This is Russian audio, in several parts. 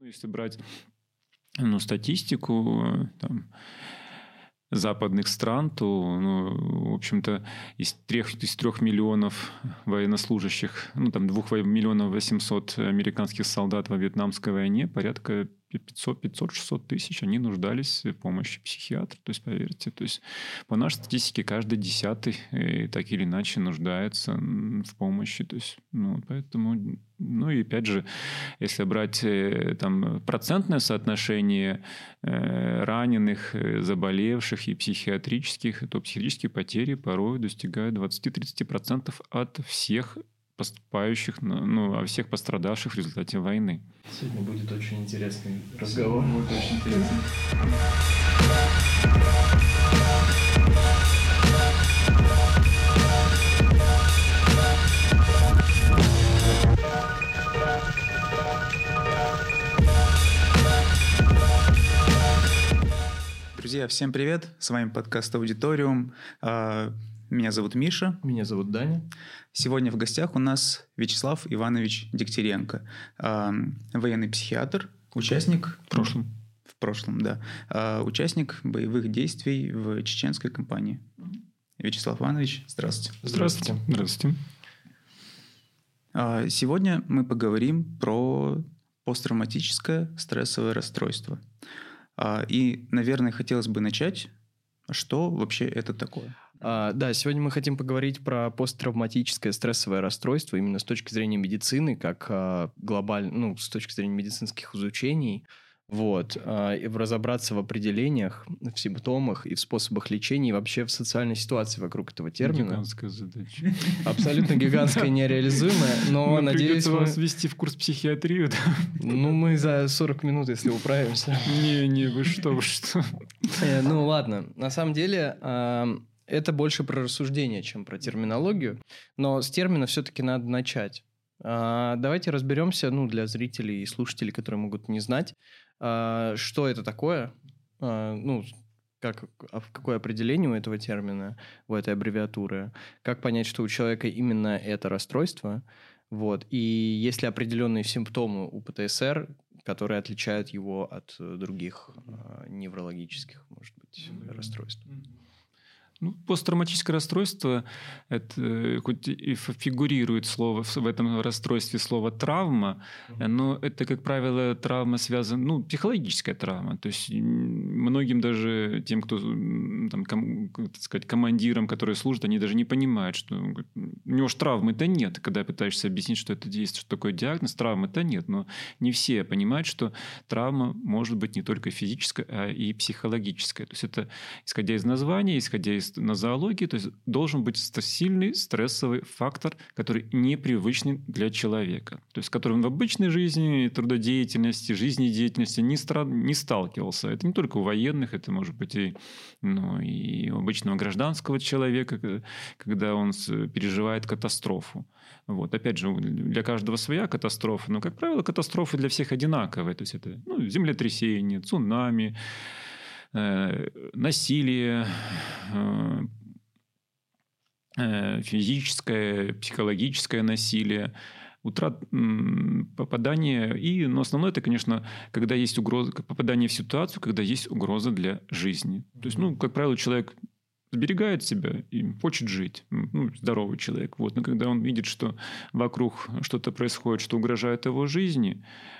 Если брать статистику там, западных стран, то, в общем-то, из 3 миллионов военнослужащих, там 2 миллионов 800 американских солдат во Вьетнамской войне, порядка 500-600 тысяч, они нуждались в помощи психиатра. То есть, поверьте, по нашей статистике каждый 10-й так или иначе нуждается в помощи. То есть, поэтому, и опять же, если брать там процентное соотношение раненых, заболевших и психиатрических, то психические потери порой достигают 20-30% от всех поступающих, о всех пострадавших в результате войны. Сегодня будет очень интересный разговор. Будет очень интересный. Друзья, всем привет! С вами подкаст «Аудиториум». Меня зовут Миша. Меня зовут Даня. Сегодня в гостях у нас Вячеслав Иванович Дегтяренко, военный психиатр, участник... В прошлом, да. Участник боевых действий в чеченской кампании. Вячеслав Иванович, здравствуйте. Здравствуйте. Здравствуйте. Сегодня мы поговорим про посттравматическое стрессовое расстройство. И, наверное, хотелось бы начать, что вообще это такое? Да, сегодня мы хотим поговорить про посттравматическое стрессовое расстройство именно с точки зрения медицины, как глобально, с точки зрения медицинских изучений. И разобраться в определениях, в симптомах и в способах лечения, и вообще в социальной ситуации вокруг этого термина. Гигантская задача. Абсолютно гигантская, нереализуемая, но, надеюсь... вас ввести в курс психиатрию, да? Мы за 40 минут, если управимся. Не, вы что. Ладно. На самом деле... Это больше про рассуждение, чем про терминологию, но с термина все-таки надо начать. Давайте разберемся, для зрителей и слушателей, которые могут не знать, что это такое, какое определение у этого термина, у этой аббревиатуры, как понять, что у человека именно это расстройство, и есть ли определенные симптомы у ПТСР, которые отличают его от других неврологических, может быть, расстройств. Посттравматическое расстройство, это хоть и фигурирует в этом расстройстве слово «травма», но это, как правило, травма связана, психологическая травма. То есть многим даже тем, кто, командирам, которые служат, они даже не понимают, что у него же травмы-то нет. Когда пытаешься объяснить, что это есть, что такое диагноз, травмы-то нет. Но не все понимают, что травма может быть не только физическая, а и психологическая. То есть это, исходя из названия, исходя из нозологии, то есть должен быть сильный стрессовый фактор, который непривычный для человека. То есть с которым в обычной жизни, трудодеятельности, жизнедеятельности не сталкивался. Это не только у военных, это может быть и у обычного гражданского человека, когда он переживает катастрофу. Опять же, для каждого своя катастрофа, но, как правило, катастрофы для всех одинаковые. То есть это землетрясение, цунами, насилие, физическое, психологическое насилие, попадание. Но основное это, конечно, когда есть угроза, попадание в ситуацию, когда есть угроза для жизни. То есть, как правило, человек сберегает себя и хочет жить. Здоровый человек. Но когда он видит, что вокруг что-то происходит, что угрожает его жизни,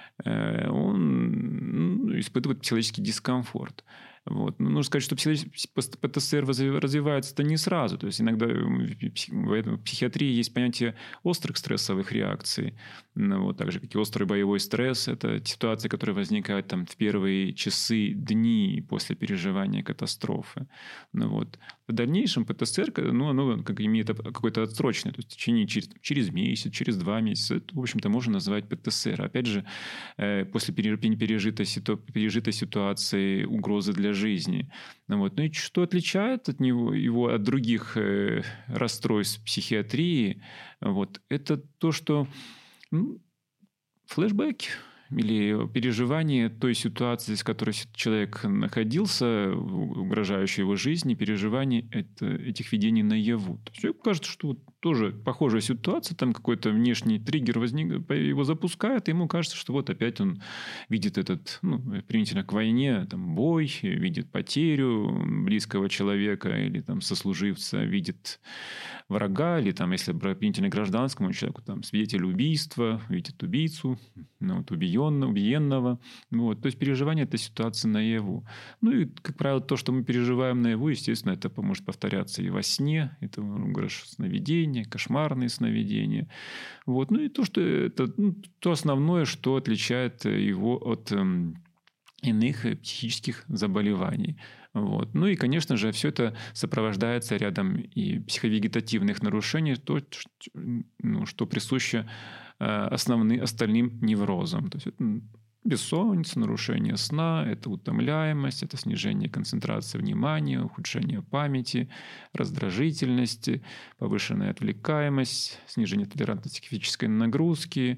он испытывает психологический дискомфорт. Нужно сказать, что ПТСР развивается-то не сразу. То есть иногда в психиатрии есть понятие острых стрессовых реакций. Так же, как и острый боевой стресс. Это ситуация, которая возникает в первые часы, дни после переживания катастрофы. В дальнейшем ПТСР, оно имеет какой-то отсрочный, то есть в течение через месяц, через 2 месяца, это, в общем-то, можно назвать ПТСР. Опять же, после пережитой ситуации угрозы для жизни. И что отличает его от других расстройств психиатрии, это то, что флешбеки. или переживание той ситуации, в которой человек находился, угрожающей его жизни, переживание этих видений наяву. То есть человеку кажется, что вот тоже похожая ситуация, там какой-то внешний триггер возник, его запускает, и ему кажется, что вот опять он видит этот, применительно к войне, там, бой, видит потерю близкого человека или там сослуживца, видит врага, или там, если применительно к гражданскому человеку, там, свидетель убийства, видит убийцу, убиенного. Вот. То есть переживание этой ситуации наяву. Ну и, как правило, то, что мы переживаем наяву, естественно, это может повторяться и во сне. Это сновидения, кошмарные сновидения. Вот. Ну и то, что это то основное, что отличает его от иных психических заболеваний. Вот. Ну и, конечно же, все это сопровождается рядом и психовегетативных нарушений, то, что присуще остальным неврозам. То есть это бессонница, нарушение сна, это утомляемость, это снижение концентрации внимания, ухудшение памяти, раздражительность, повышенная отвлекаемость, снижение толерантности к физической нагрузке,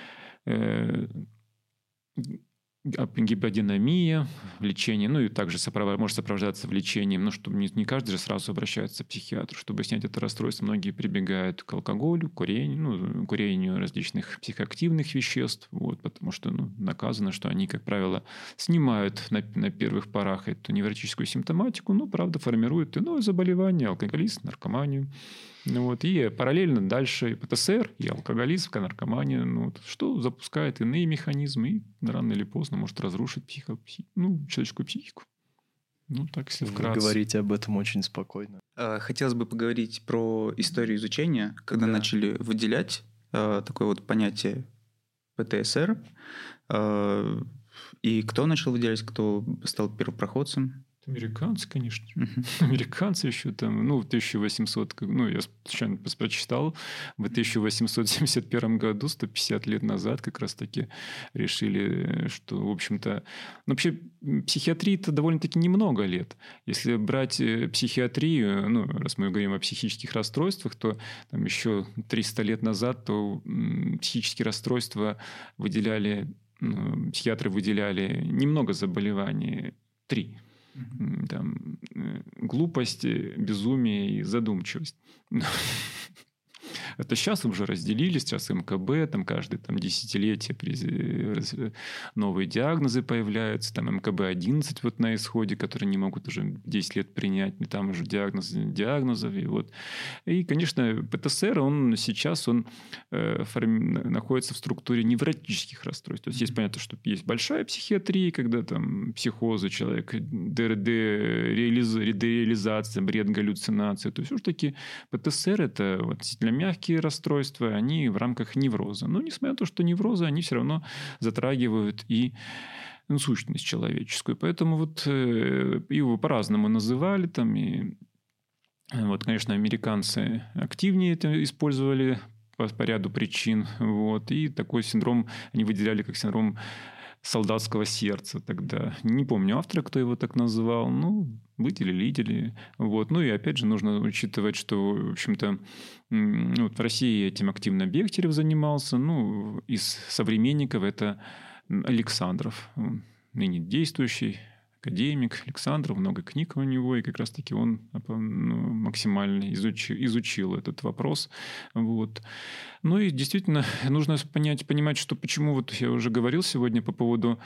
гиподинамия, лечение, ну и также может сопровождаться влечением, что не каждый же сразу обращается к психиатру. Чтобы снять это расстройство, многие прибегают к алкоголю, курению различных психоактивных веществ, потому что доказано, что они, как правило, снимают на первых порах эту невротическую симптоматику, но, правда, формируют иное заболевание, алкоголизм, наркоманию. И параллельно дальше и ПТСР, и алкоголизм, и наркомания, что запускает иные механизмы и рано или поздно может разрушить человеческую психику. Так, если вкратце. Вы говорите об этом очень спокойно. Хотелось бы поговорить про историю изучения, когда начали выделять такое вот понятие ПТСР. И кто начал выделять, кто стал первопроходцем? Американцы, конечно. Американцы еще там, в 1800, я случайно прочитал, в 1871 году, 150 лет назад, как раз-таки решили, что, в общем-то... вообще, психиатрии-то довольно-таки немного лет. Если брать психиатрию, раз мы говорим о психических расстройствах, то там еще 300 лет назад то психические расстройства психиатры выделяли немного заболеваний, 3. Там, глупость, безумие и задумчивость. Это сейчас уже разделились, сейчас МКБ, там каждое десятилетие новые диагнозы появляются, там МКБ-11 на исходе, которые не могут уже 10 лет принять, и там уже диагнозов. И, конечно, ПТСР, он сейчас находится в структуре невротических расстройств. То есть, есть понятно, что есть большая психиатрия, когда там психозы, человек, ДРД, дереализация, бред, галлюцинации. То есть, все-таки ПТСР – это относительно мягкие расстройства, они в рамках невроза. Но несмотря на то, что неврозы, они все равно затрагивают и сущность человеческую. Поэтому его по-разному называли. Конечно, американцы активнее это использовали по ряду причин. И такой синдром они выделяли как синдром солдатского сердца тогда. Не помню автора, кто его так называл. Выделили. И опять же нужно учитывать, что, в общем-то, в России этим активно Бехтерев занимался. Из современников это Александров, ныне действующий академик Александров, много книг у него, и как раз-таки он максимально изучил этот вопрос. И действительно нужно понимать, что почему, я уже говорил сегодня по поводу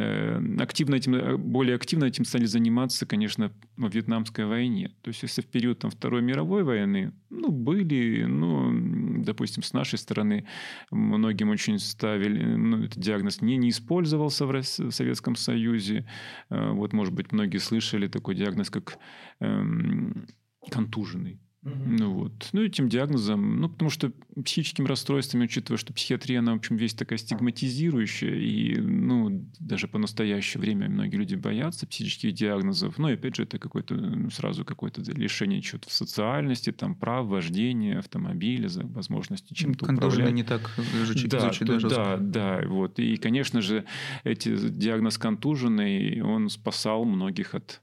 более активно этим стали заниматься, конечно, во Вьетнамской войне. То есть, если в период Второй мировой войны, были, допустим, с нашей стороны многим очень ставили, этот диагноз не использовался в Советском Союзе. Может быть, многие слышали такой диагноз, как контуженный. Этим диагнозом, потому что психическими расстройствами, учитывая, что психиатрия, она, в общем, весь такая стигматизирующая, и, даже по настоящее время многие люди боятся психических диагнозов. И, опять же, это сразу какое-то лишение чего-то в социальности, прав, вождения, автомобиля, возможности чем-то управлять. Контуженный не так звучит. Да. И, конечно же, диагноз контуженный, он спасал многих от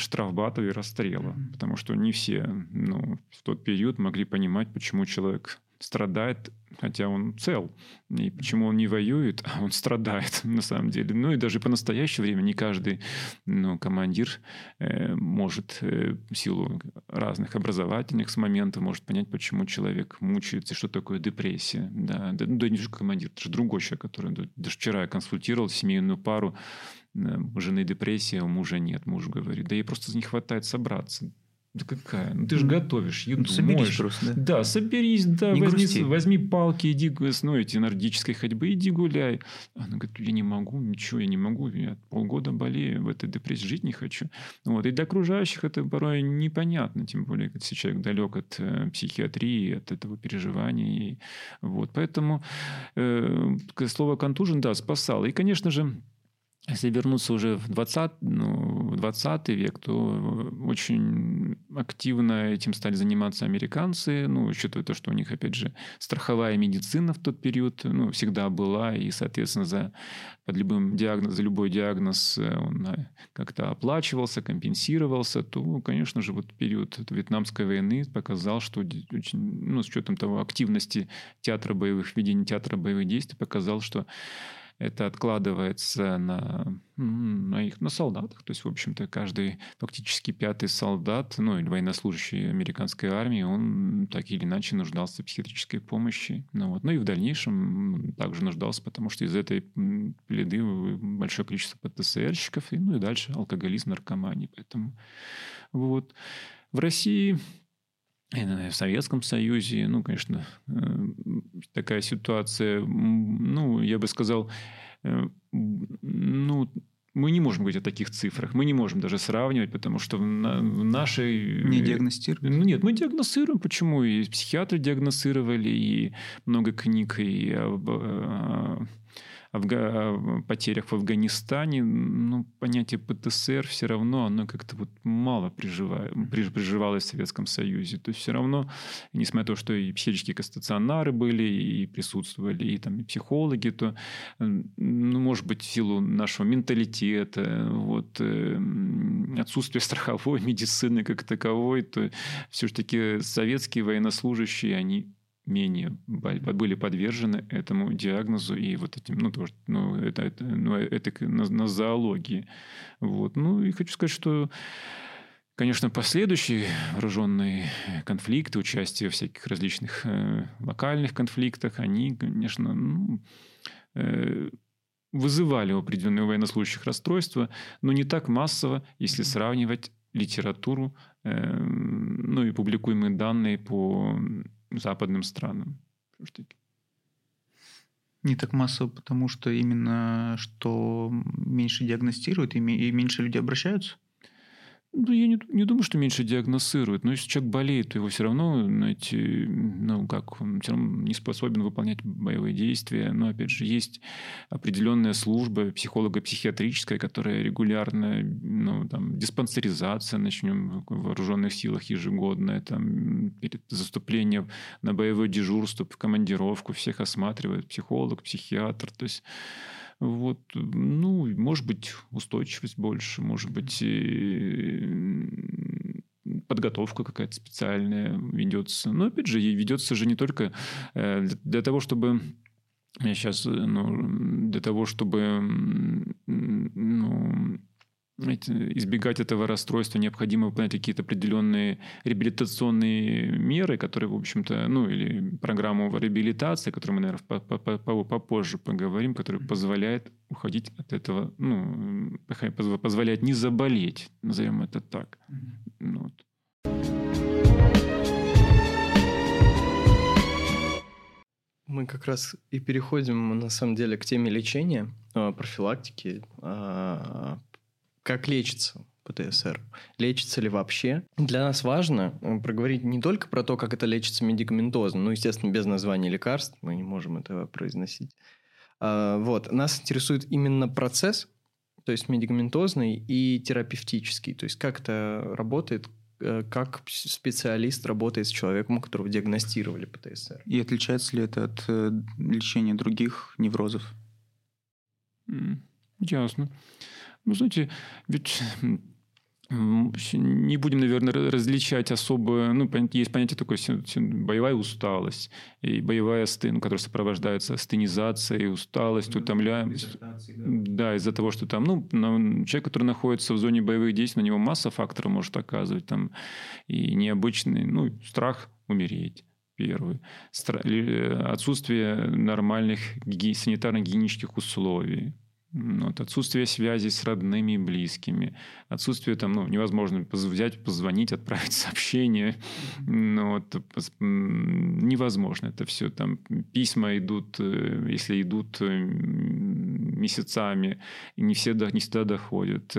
штрафбатов и расстрела. Потому что не все в тот период могли понимать, почему человек страдает, хотя он цел. И почему он не воюет, а он страдает на самом деле. Ну и даже по настоящее время не каждый командир может в силу разных образовательных моментов может понять, почему человек мучается, что такое депрессия. Да не только командир, это же другой человек, который... Даже вчера я консультировал семейную пару, у жены депрессия, у мужа нет. Муж говорит, да ей просто не хватает собраться. Да какая? Ну, ты же готовишь еду, соберись моешь. просто, да? Да, соберись, да, возьми палки, иди, эти нордической ходьбы, иди гуляй. Она говорит, я не могу, ничего, я не могу, я полгода болею, в этой депрессии жить не хочу. Вот. И для окружающих это порой непонятно, тем более, если человек далек от психиатрии, от этого переживания. Вот. Поэтому слово «контужен», да, спасало. И, конечно же, если вернуться уже в 20 век, то очень активно этим стали заниматься американцы, учитывая то, что у них, опять же, страховая медицина в тот период всегда была, и, соответственно, за любой диагноз он как-то оплачивался, компенсировался, то, конечно же, вот период Вьетнамской войны показал, что с учетом того активности ведения театра боевых действий, показал, что это откладывается на солдатах. То есть, в общем-то, каждый фактически 5-й солдат, или военнослужащий американской армии, он так или иначе нуждался в психиатрической помощи. Ну и в дальнейшем также нуждался, потому что из этой пледы большое количество ПТСРщиков, и дальше алкоголизм, наркомания. Поэтому вот. В России... В Советском Союзе, конечно, такая ситуация, я бы сказал, мы не можем говорить о таких цифрах, мы не можем даже сравнивать, потому что в нашей... Не диагностируют? Нет, мы диагностируем. Почему? И психиатры диагностировали, и много книг, и о потерях в Афганистане, понятие ПТСР все равно, оно как-то мало приживалось в Советском Союзе. То есть все равно, несмотря на то, что и психические стационары были, и присутствовали, и психологи, то, может быть, в силу нашего менталитета, отсутствия страховой медицины как таковой, то все-таки советские военнослужащие, они менее были подвержены этому диагнозу и это нозологии. И хочу сказать, что, конечно, последующие вооруженные конфликты, участие в всяких различных локальных конфликтах, они, конечно, вызывали у определенных военнослужащих расстройства, но не так массово, если сравнивать литературу, и публикуемые данные по западным странам. Не так массово, потому что именно что меньше диагностируют и меньше люди обращаются? Я не думаю, что меньше диагностируют. Но если человек болеет, то его все равно, он все равно не способен выполнять боевые действия. Но, опять же, есть определенная служба психолого-психиатрическая, которая регулярно, диспансеризация, начнем в вооруженных силах ежегодно, перед заступлением на боевое дежурство, в командировку всех осматривает психолог, психиатр. То есть может быть, устойчивость больше, может быть, подготовка какая-то специальная ведется. Но, опять же, ведется же не только для того, чтобы избегать этого расстройства, необходимо выполнять какие-то определенные реабилитационные меры, которые, в общем-то, или программу реабилитации, о которой мы, наверное, попозже поговорим, которая позволяет уходить от этого, позволяет не заболеть, назовем это так. Мы как раз и переходим, на самом деле, к теме лечения, профилактики. Как лечится ПТСР? Лечится ли вообще? Для нас важно проговорить не только про то, как это лечится медикаментозно, естественно, без названия лекарств, мы не можем этого произносить. Нас интересует именно процесс, то есть медикаментозный и терапевтический, то есть как это работает, как специалист работает с человеком, у которого диагностировали ПТСР. И отличается ли это от лечения других неврозов? Ясно. Знаете, ведь Не будем, наверное, различать особо. Ну, есть понятие такое боевая усталость и боевая которая сопровождается астенизацией, усталостью, утомляемостью. Да, из-за того, что там, человек, который находится в зоне боевых действий, на него масса факторов может оказывать. Там и необычный, страх умереть. Первый. Отсутствие нормальных санитарно-гигиенических условий. Отсутствие связи с родными и близкими. Отсутствие невозможно взять, позвонить, отправить сообщение. Невозможно это все. Там письма идут, если идут месяцами, и не всегда доходят.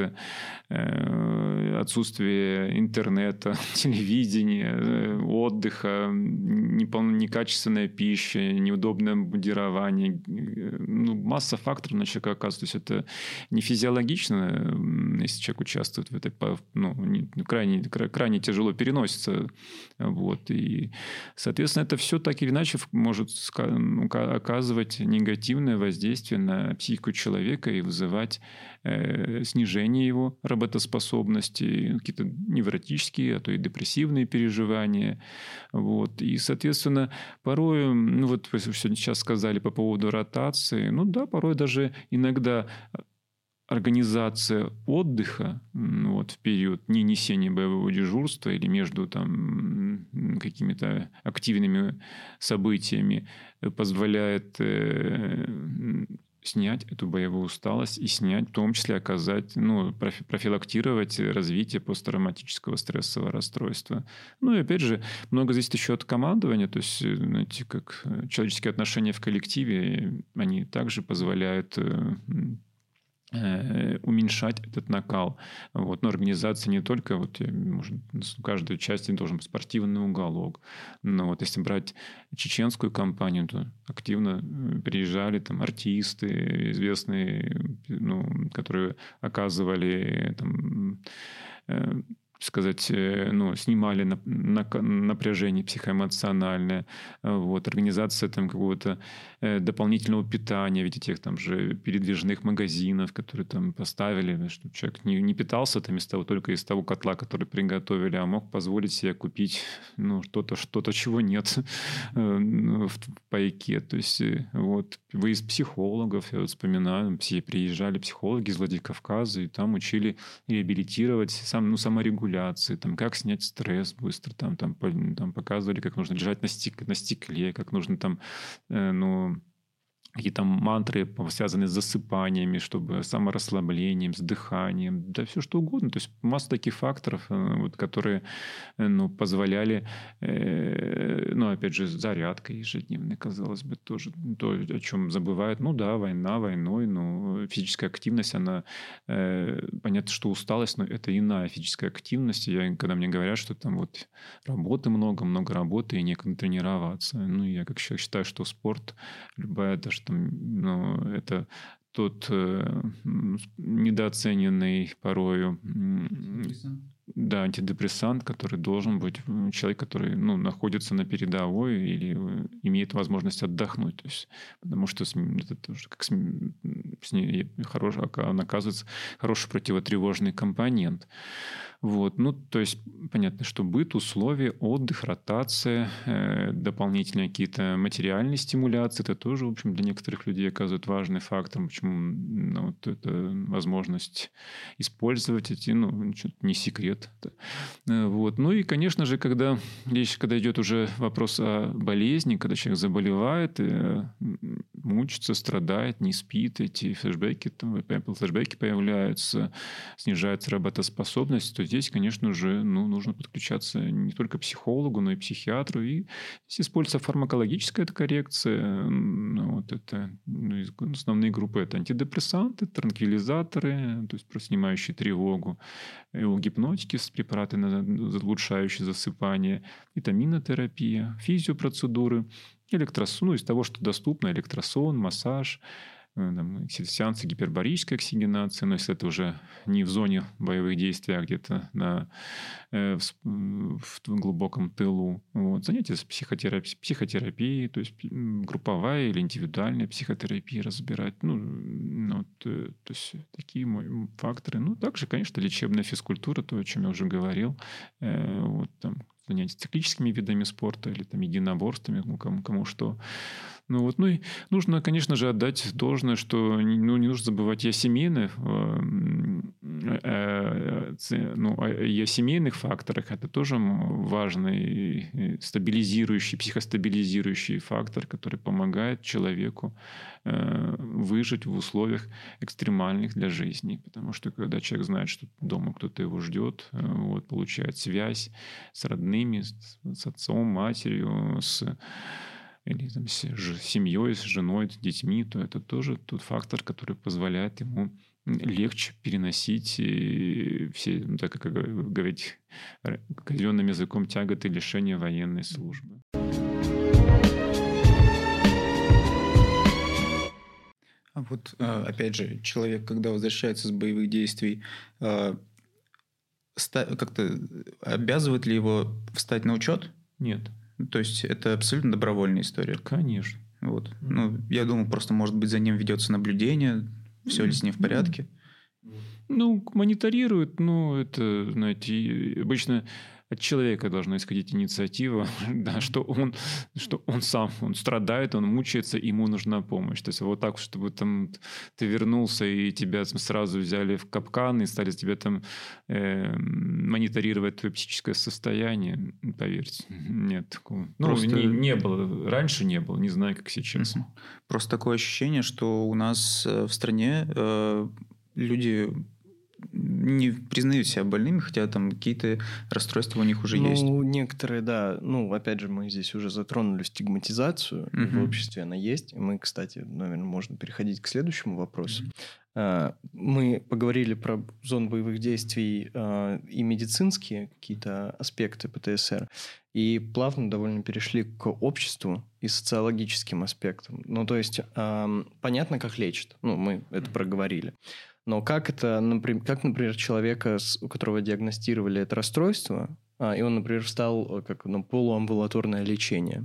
Отсутствие интернета, телевидения, отдыха, некачественная пища, неудобное модирование. Масса факторов на человека оказывается. То есть это не физиологично, если человек участвует в этой, крайне тяжело переносится. И, соответственно, это все так или иначе может оказывать негативное воздействие на психику человека и вызывать снижение его работоспособности, какие-то невротические, а то и депрессивные переживания. И, соответственно, порой, вы сейчас сказали по поводу ротации, порой даже иногда организация отдыха в период несения боевого дежурства или между какими-то активными событиями позволяет снять эту боевую усталость и снять, в том числе оказать, профилактировать развитие посттравматического стрессового расстройства. И опять же, много зависит еще от командования, то есть, знаете, как человеческие отношения в коллективе, они также позволяют уменьшать этот накал. Но организация не только, в каждой части должен быть спортивный уголок. Но если брать чеченскую кампанию, то активно приезжали артисты известные, которые оказывали снимали напряжение психоэмоциональное. Организация какого-то дополнительного питания, видите, тех же передвижных магазинов, которые поставили, чтобы человек не питался только из того котла, который приготовили, а мог позволить себе купить что-то, чего нет в пайке. То есть выезд психологов, я вспоминаю, приезжали психологи из Владикавказа и там учили реабилитировать саморегуляцию, как снять стресс быстро, показывали, как нужно лежать на стекле, как нужно какие-то мантры, связанные с засыпаниями, чтобы саморасслаблением, с дыханием, да все что угодно. То есть масса таких факторов, которые позволяли, опять же, зарядка ежедневная, казалось бы, тоже то, о чем забывают. Война войной, но физическая активность, она, понятно, что усталость, но это иная физическая активность. Когда мне говорят, что работы много работы и некогда тренироваться. Я как человек считаю, что спорт, любая даже это тот недооцененный порою антидепрессант, который должен быть человек, который находится на передовой или имеет возможность отдохнуть. То есть, потому что это тоже он оказывается хороший противотревожный компонент. То есть понятно, что быт, условия, отдых, ротация, дополнительные какие-то материальные стимуляции, это тоже, в общем, для некоторых людей оказывает важный фактор, почему это возможность использовать эти, не секрет. И, конечно же, когда идет уже вопрос о болезни, когда человек заболевает, мучится, страдает, не спит, эти флешбеки появляются, снижается работоспособность, то здесь, конечно же, нужно подключаться не только к психологу, но и психиатру. И здесь используется фармакологическая коррекция. Это основные группы – это антидепрессанты, транквилизаторы, то есть снимающие тревогу, гипнотики с препаратами, улучшающие засыпание, витаминотерапия, физиопроцедуры, электросон, из того, что доступно, электросон, массаж, там, сеансы гипербарической оксигенации, но если это уже не в зоне боевых действий, а где-то в глубоком тылу. Вот. Занятия с психотерапией, то есть групповая или индивидуальная психотерапия разбирать. То есть такие факторы. Также, конечно, лечебная физкультура, то, о чем я уже говорил. Там занятия циклическими видами спорта или там единоборствами, кому что. И нужно, конечно же, отдать должное, что не нужно забывать и о семейных, и о семейных факторах. Это тоже важный стабилизирующий, психостабилизирующий фактор, который помогает человеку выжить в условиях экстремальных для жизни. Потому что когда человек знает, что дома кто-то его ждет, получает связь с родными, с отцом, матерью, или там, с семьей, с женой, с детьми, то это тоже тот фактор, который позволяет ему легче переносить все, так как говорить казенным языком, тяготы лишения военной службы. А вот, опять же, человек, когда возвращается с боевых действий, как-то обязывает ли его встать на учет? Нет. То есть это абсолютно добровольная история? Конечно. Вот. Я думаю, просто, может быть, за ним ведется наблюдение, все ли с ним в порядке? Мониторируют, это, знаете, обычно от человека должна исходить инициатива, да, что он сам, он страдает, он мучается, ему нужна помощь. То есть вот так, чтобы там ты вернулся и тебя сразу взяли в капкан и стали тебя там мониторировать твое психическое состояние, поверьте, нет такого. Просто не было, раньше не было, не знаю, как сейчас. Просто такое ощущение, что у нас в стране люди не признают себя больными, хотя там какие-то расстройства у них уже есть. Некоторые, да. Опять же, мы здесь уже затронули стигматизацию. В обществе она есть. И мы, кстати, наверное, можно переходить к следующему вопросу. Мы поговорили про зону боевых действий и медицинские какие-то аспекты ПТСР. И плавно довольно перешли к обществу и социологическим аспектам. То есть, понятно, как лечат. Мы это проговорили. Но как, например, человека, у которого диагностировали это расстройство, и он, например, встал как полуамбулаторное лечение,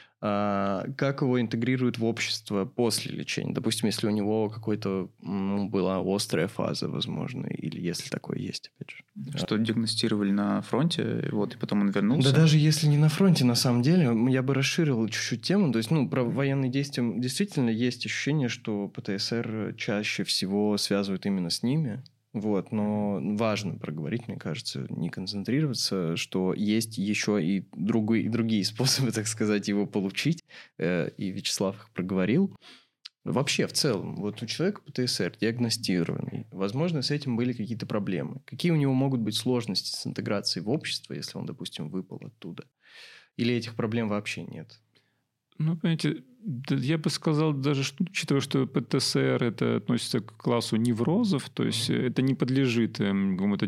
как его интегрируют в общество после лечения? Допустим, если у него какой-то была острая фаза, возможно, или если такое есть, опять же. Что диагностировали на фронте, и потом он вернулся? Да даже если не на фронте, на самом деле, я бы расширил чуть-чуть тему. То есть, про военные действия действительно есть ощущение, что ПТСР чаще всего связывают именно с ними. Но важно проговорить, мне кажется, не концентрироваться, что есть еще и другие способы, так сказать, его получить. И Вячеслав их проговорил. Вообще, в целом, у человека ПТСР диагностированный, возможно, с этим были какие-то проблемы. Какие у него могут быть сложности с интеграцией в общество, если он, допустим, выпал оттуда? Или этих проблем вообще нет? Понимаете, я бы сказал, даже учитывая, что ПТСР это относится к классу неврозов, то есть это не подлежит какому-то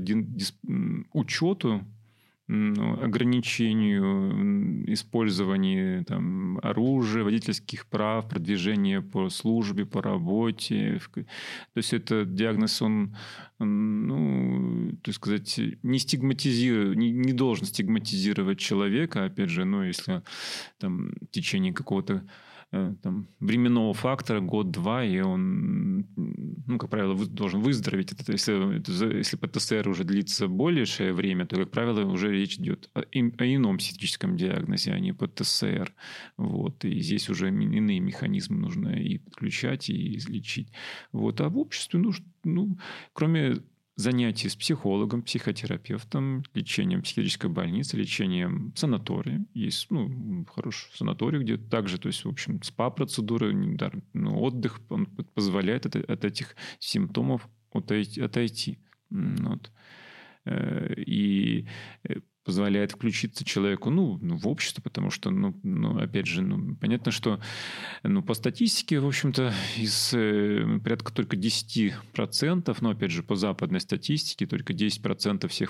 учету, ограничению использования оружия, водительских прав, продвижения по службе, по работе. То есть этот диагноз, он, так сказать, не стигматизирует, не должен стигматизировать человека, опять же, если в течение какого-то временного фактора, год-два, и он, как правило, должен выздороветь. Если ПТСР уже длится большее время, то, как правило, уже речь идет о ином психическом диагнозе, а не ПТСР. И здесь уже иные механизмы нужно и подключать, и излечить. А в обществе, кроме занятий с психологом, психотерапевтом, лечением в психиатрической больнице, лечением в санатории. Есть хороший санаторий, где также, то есть, в общем, СПА-процедуры, отдых он позволяет от этих симптомов отойти. И позволяет включиться человеку в общество, потому что, опять же, понятно, что по статистике, в общем-то, из порядка только 10%, опять же, по западной статистике, только 10% всех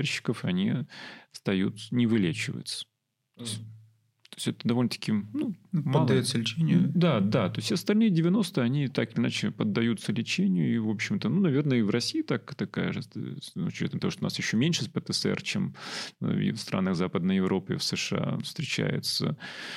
ПТСРщиков, они не вылечиваются. То есть это довольно-таки Поддается лечению. Да. То есть остальные 90, они так или иначе поддаются лечению. И, в общем-то, наверное, и в России такая же, с учетом того, что у нас еще меньше с ПТСР, чем в странах Западной Европы и в США встречается.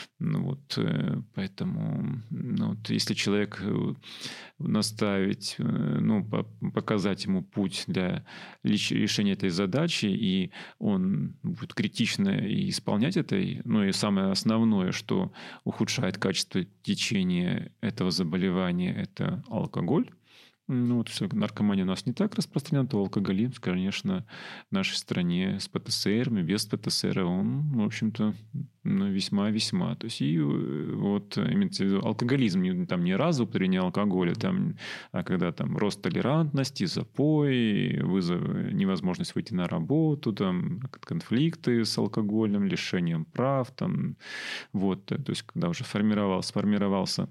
Поэтому если человек наставить, показать ему путь для решения этой задачи, и он будет критично исполнять это, и самое основное, что ухудшает качество течения этого заболевания, это алкоголь. Наркомания у нас не так распространена, то алкоголизм, конечно, в нашей стране с ПТСР, без ПТСР, он, в общем-то, весьма-весьма. То есть, и имеется в виду алкоголизм, там не разовое употребление алкоголя, а когда там рост толерантности, запой, вызов, невозможность выйти на работу, там конфликты с алкоголем, лишением прав, то есть, когда уже сформировался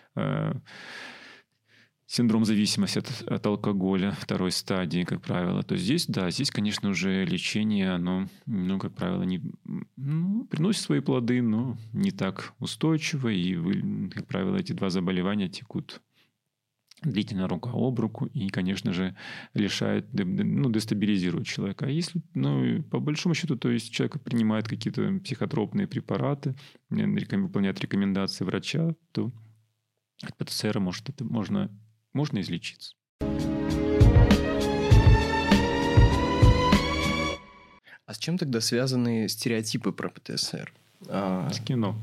синдром зависимости от алкоголя второй стадии, как правило, то здесь, конечно, уже лечение, оно, как правило, приносит свои плоды, но не так устойчиво, и, как правило, эти два заболевания текут длительно рука об руку и, конечно же, лишает, дестабилизирует человека. А если, по большому счету, то есть человек принимает какие-то психотропные препараты, выполняет рекомендации врача, то от ПТСР можно излечиться. А с чем тогда связаны стереотипы про ПТСР? С кино.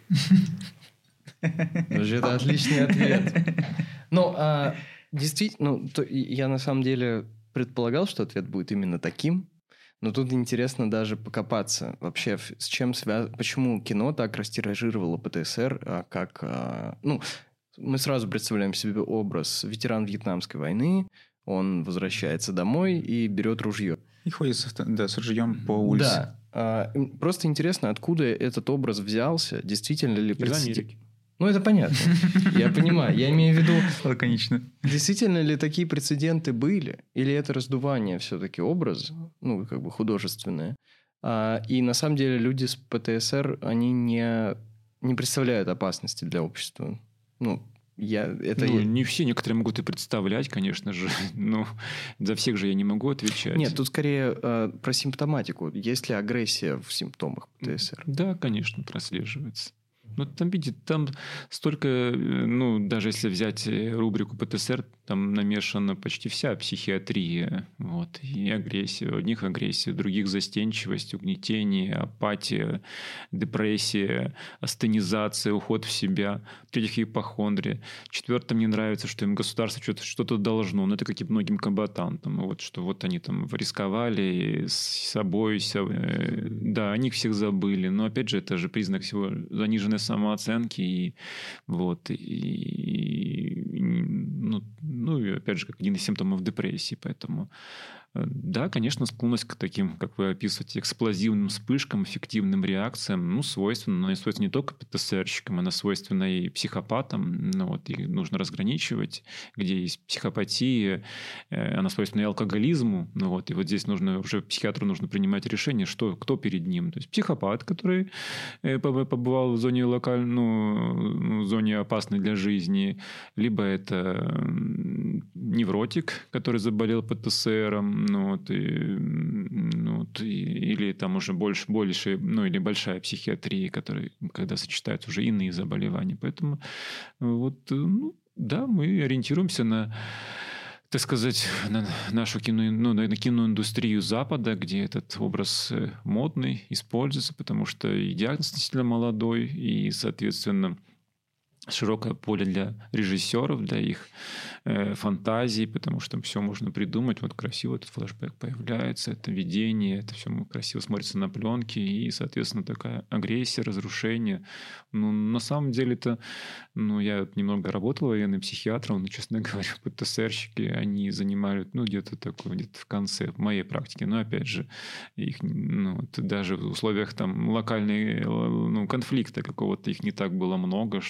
Это отличный ответ. Действительно, я на самом деле предполагал, что ответ будет именно таким, но тут интересно даже покопаться вообще, с чем связано, почему кино так растиражировало ПТСР, мы сразу представляем себе образ ветеран Вьетнамской войны, он возвращается домой и берет ружье. И ходит с ружьем по улице. Да. Просто интересно, откуда этот образ взялся, действительно ли... Из Америки. Это понятно. Я понимаю. Я имею в виду... Лаконично. Действительно ли такие прецеденты были? Или это раздувание все-таки образа, художественное? И на самом деле люди с ПТСР, они не представляют опасности для общества. Не все, некоторые могут и представлять, конечно же, но за всех же я не могу отвечать. Нет, тут скорее про симптоматику. Есть ли агрессия в симптомах ПТСР? Да, конечно, прослеживается. Там столько, даже если взять рубрику ПТСР, там намешана почти вся психиатрия. И агрессия. У одних агрессия, у других застенчивость, угнетение, апатия, депрессия, астенизация, уход в себя. В-третьих, ипохондрия. В-четвертых, мне нравится, что им государство что-то должно. Это как и многим комбатантам. Что они там рисковали с собой. Да, о них всех забыли. Но, опять же, это же признак всего заниженной самооценки и опять же, как один из симптомов депрессии. Поэтому, да, конечно, склонность к таким, как вы описываете, эксплозивным вспышкам, эффективным реакциям, свойственна, но не свойственна не только ПТСРщикам, она свойственна и психопатам. И нужно разграничивать, где есть психопатия, она свойственна и алкоголизму. И здесь психиатру нужно принимать решение, кто перед ним. То есть психопат, который побывал в зоне в зоне опасной для жизни, либо это невротик, который заболел ПТСРом, или там уже больше, или большая психиатрия, когда сочетаются уже иные заболевания. Поэтому да, мы ориентируемся на, так сказать, на нашу на киноиндустрию Запада, где этот образ модный, используется, потому что и диагноз действительно молодой, и, соответственно, широкое поле для режиссеров, для их фантазий, потому что все можно придумать. Красиво этот флешбэк появляется, это видение, это все красиво смотрится на пленке, и, соответственно, такая агрессия, разрушение. На самом деле-то, я немного работал военным психиатром, но, честно говоря, ПТСРщики, они занимали, где-то в конце моей практики, но, опять же, их, даже в условиях там локальной, конфликта какого-то их не так было много, чтобы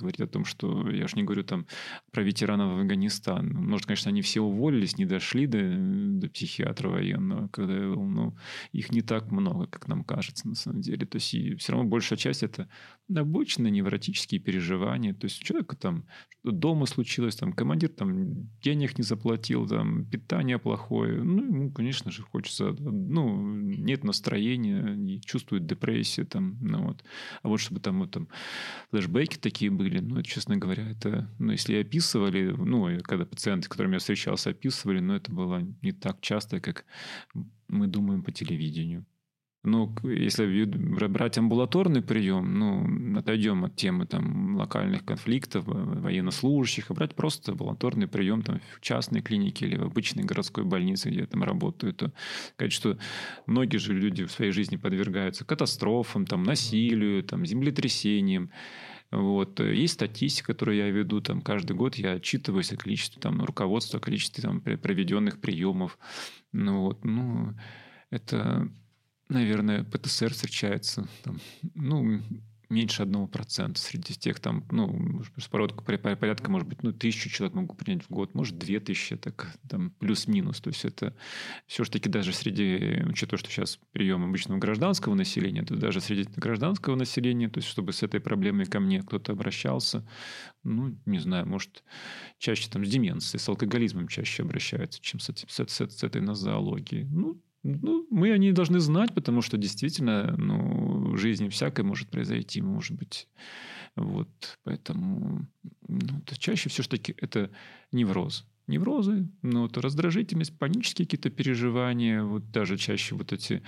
говорить о том, что, я же не говорю там про ветеранов Афганистана. Может, конечно, они все уволились, не дошли до психиатра военного, когда я был, но их не так много, как нам кажется, на самом деле. То есть, и все равно большая часть — это обычные невротические переживания. То есть, у человека там что-то дома случилось, там командир там денег не заплатил, там питание плохое. Ну, ему, конечно же, хочется, ну, нет настроения, и чувствует депрессию там, ну вот. А вот чтобы там, вот, там флешбеки такие были, ну, честно говоря, это, ну, если описывали, ну, и когда пациенты, с которыми я встречался, описывали, но это было не так часто, как мы думаем по телевидению. Ну, если брать амбулаторный прием, ну, отойдем от темы там локальных конфликтов, военнослужащих, а брать просто амбулаторный прием там в частной клинике или в обычной городской больнице, где я там работаю, то сказать, что многие же люди в своей жизни подвергаются катастрофам, там, насилию, там, землетрясениям. Вот. Есть статистика, которую я веду. Там, каждый год я отчитываюсь о количестве там, руководства, о количестве там, проведенных приемов. Ну, вот. Ну, это... Наверное, ПТСР встречается там, ну, меньше 1% среди тех там, ну, порядка, может быть, ну, 1000 человек могу принять в год, может, 2000, так там плюс-минус. То есть это все-таки даже среди, учитывая, что сейчас прием обычного гражданского населения, то даже среди гражданского населения, то есть чтобы с этой проблемой ко мне кто-то обращался, ну, не знаю, может, чаще там с деменцией, с алкоголизмом чаще обращаются, чем с этой нозологией. Ну, мы о ней должны знать, потому что действительно, ну, в жизни всякое может произойти, может быть. Вот, поэтому ну, чаще все-таки это невроз. Неврозы, ну, вот раздражительность, панические какие-то переживания, вот даже чаще вот эти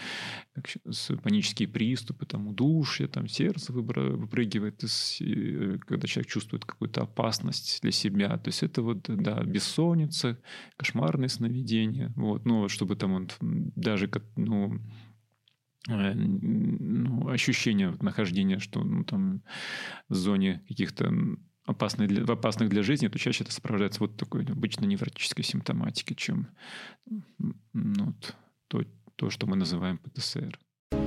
панические приступы, там, удушье, там, сердце выпрыгивает, когда человек чувствует какую-то опасность для себя. То есть это вот, да, бессонница, кошмарные сновидения. Вот, ну, чтобы там он даже, ну, ощущение нахождения, что ну, там в зоне каких-то опасных для жизни, то чаще это сопровождается вот такой обычно невротической симптоматикой, чем ну, то, что мы называем ПТСР.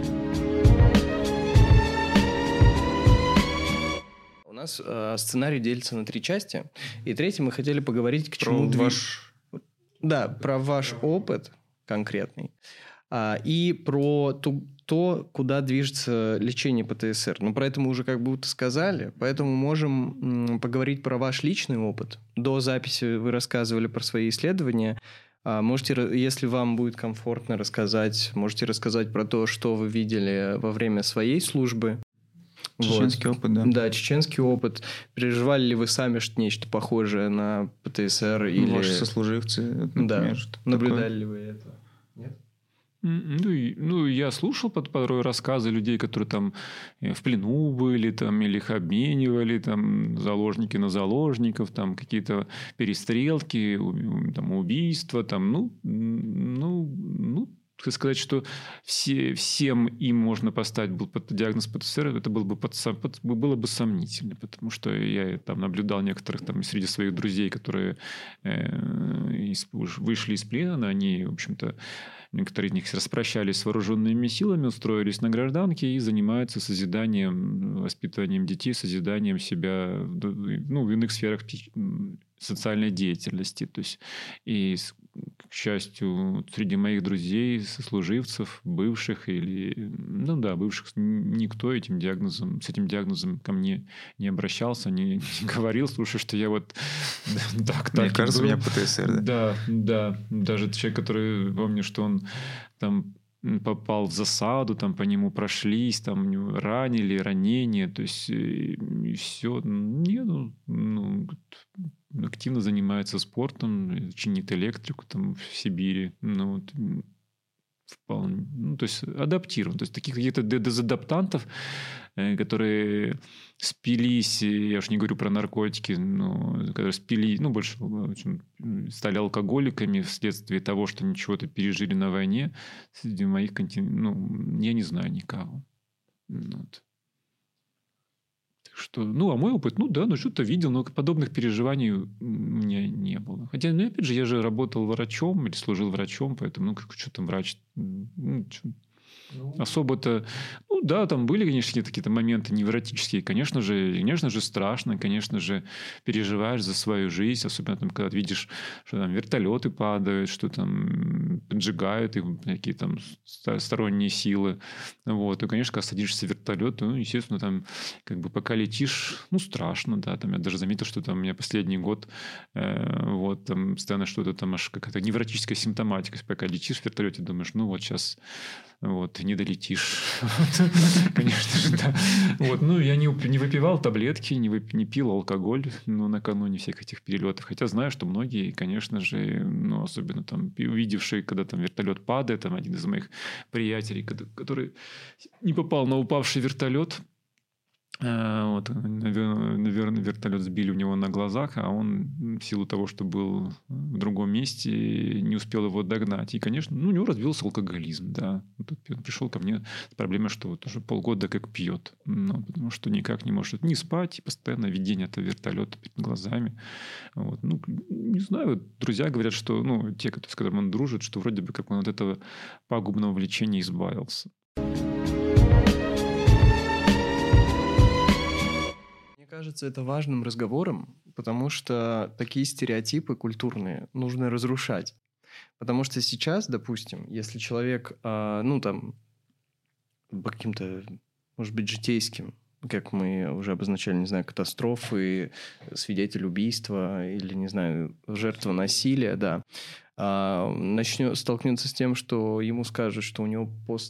У нас сценарий делится на 3 части. И третьей мы хотели поговорить, к чему... Да, про ваш опыт конкретный. И про то, куда движется лечение ПТСР. Но про это мы уже как будто сказали, поэтому можем поговорить про ваш личный опыт. До записи вы рассказывали про свои исследования. Можете, если вам будет комфортно рассказать, можете рассказать про то, что вы видели во время своей службы. Чеченский опыт, да. Да, чеченский опыт. Переживали ли вы сами нечто похожее на ПТСР? Или... Ваши сослуживцы, например, да. Наблюдали ли вы это? Нет? Ну, я слушал порой рассказы людей, которые там в плену были, там, или их обменивали, там, заложники на заложников, там, какие-то перестрелки, там, убийства, там, сказать, что всем им можно поставить диагноз ПТСР, это было бы сомнительно, потому что я там наблюдал некоторых там среди своих друзей, которые вышли из плена, они, в общем-то, некоторые из них распрощались с вооруженными силами, устроились на гражданке и занимаются созиданием, воспитанием детей, созиданием себя ну, в иных сферах социальной деятельности. То есть, и, к счастью, среди моих друзей, сослуживцев, бывших бывших, никто с этим диагнозом ко мне не обращался, не говорил, слушай, что я вот так. Мне кажется, у меня ПТСР, да? Да. Даже человек, который, помню, что он там попал в засаду, там по нему прошлись, там у него ранение, то есть и все. Активно занимается спортом, чинит электрику там в Сибири. Вполне, то есть адаптирован. То есть таких каких-то дезадаптантов, которые спились, я уж не говорю про наркотики, но которые спились, больше стали алкоголиками вследствие того, что ничего-то пережили на войне, среди моих я не знаю никого. Вот. Что, а мой опыт, что-то видел, но подобных переживаний у меня не было. Хотя, опять же, я же работал врачом или служил врачом, поэтому, что там врач... особо-то... Ну да, там были, конечно, какие-то моменты невротические. Конечно же страшно, конечно же переживаешь за свою жизнь, особенно там, когда видишь, что там вертолеты падают, что там поджигают их какие там сторонние силы. Вот. И, конечно, когда садишься в вертолет, ну, естественно, там как бы пока летишь, ну, страшно, да. Там я даже заметил, что там у меня последний год вот там постоянно что-то там аж какая-то невротическая симптоматика. Пока летишь в вертолете, думаешь, ну, вот сейчас вот, не долетишь. Конечно же, да. Вот, ну, я не выпивал таблетки, не пил алкоголь, ну, накануне всех этих перелетов. Хотя знаю, что многие, конечно же, ну, особенно там увидевшие, когда там вертолет падает, там один из моих приятелей, который не попал на упавший вертолет, вот, наверное, вертолет сбили у него на глазах, а он в силу того, что был в другом месте, не успел его догнать. И, конечно, ну, у него развился алкоголизм, да. Тут он пришел ко мне с проблемой, что вот уже полгода как пьет. Ну, потому что никак не может не спать, и постоянно видение этого вертолета перед глазами. Вот. Ну, не знаю, друзья говорят, что, ну, те, с которыми он дружит, что вроде бы как он от этого пагубного влечения избавился. Кажется, это важным разговором, потому что такие стереотипы культурные нужно разрушать. Потому что сейчас, допустим, если человек, ну, там, по каким-то, может быть, житейским, как мы уже обозначали, не знаю, катастрофы, свидетель убийства или, не знаю, жертва насилия, да, столкнется с тем, что ему скажут, что у него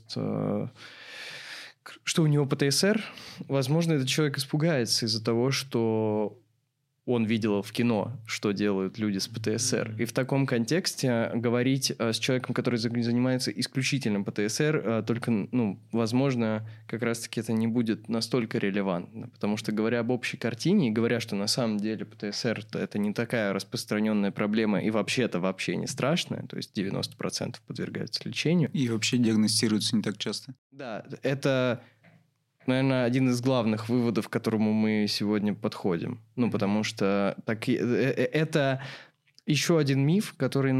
что у него ПТСР, возможно, этот человек испугается из-за того, что он видел в кино, что делают люди с ПТСР. И в таком контексте говорить с человеком, который занимается исключительно ПТСР, только, ну, возможно, как раз-таки это не будет настолько релевантно. Потому что, говоря об общей картине, и говоря, что на самом деле ПТСР – это не такая распространенная проблема и вообще-то вообще не страшная, то есть 90% подвергаются лечению. И вообще диагностируется не так часто. Да, это... наверное, один из главных выводов, к которому мы сегодня подходим. Ну, потому что это еще один миф, в который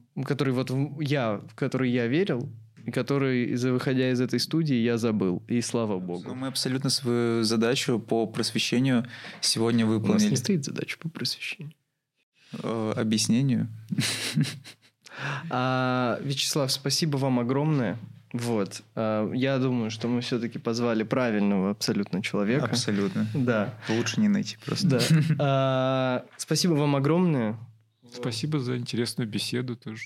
я верил, и который, выходя из этой студии, я забыл. И слава богу. Но мы абсолютно свою задачу по просвещению сегодня выполнили. У нас не стоит задача по просвещению. Объяснению. Вячеслав, спасибо вам огромное. Вот. Я думаю, что мы все-таки позвали правильного абсолютно человека. Абсолютно. Да. Лучше не найти просто. Да. Спасибо вам огромное. Спасибо за интересную беседу тоже.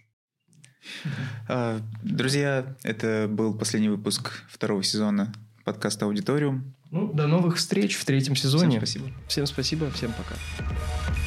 Друзья, это был последний выпуск 2-го сезона подкаста «Аудиториум». Ну, до новых встреч в 3-м сезоне. Всем спасибо. Всем спасибо, всем пока.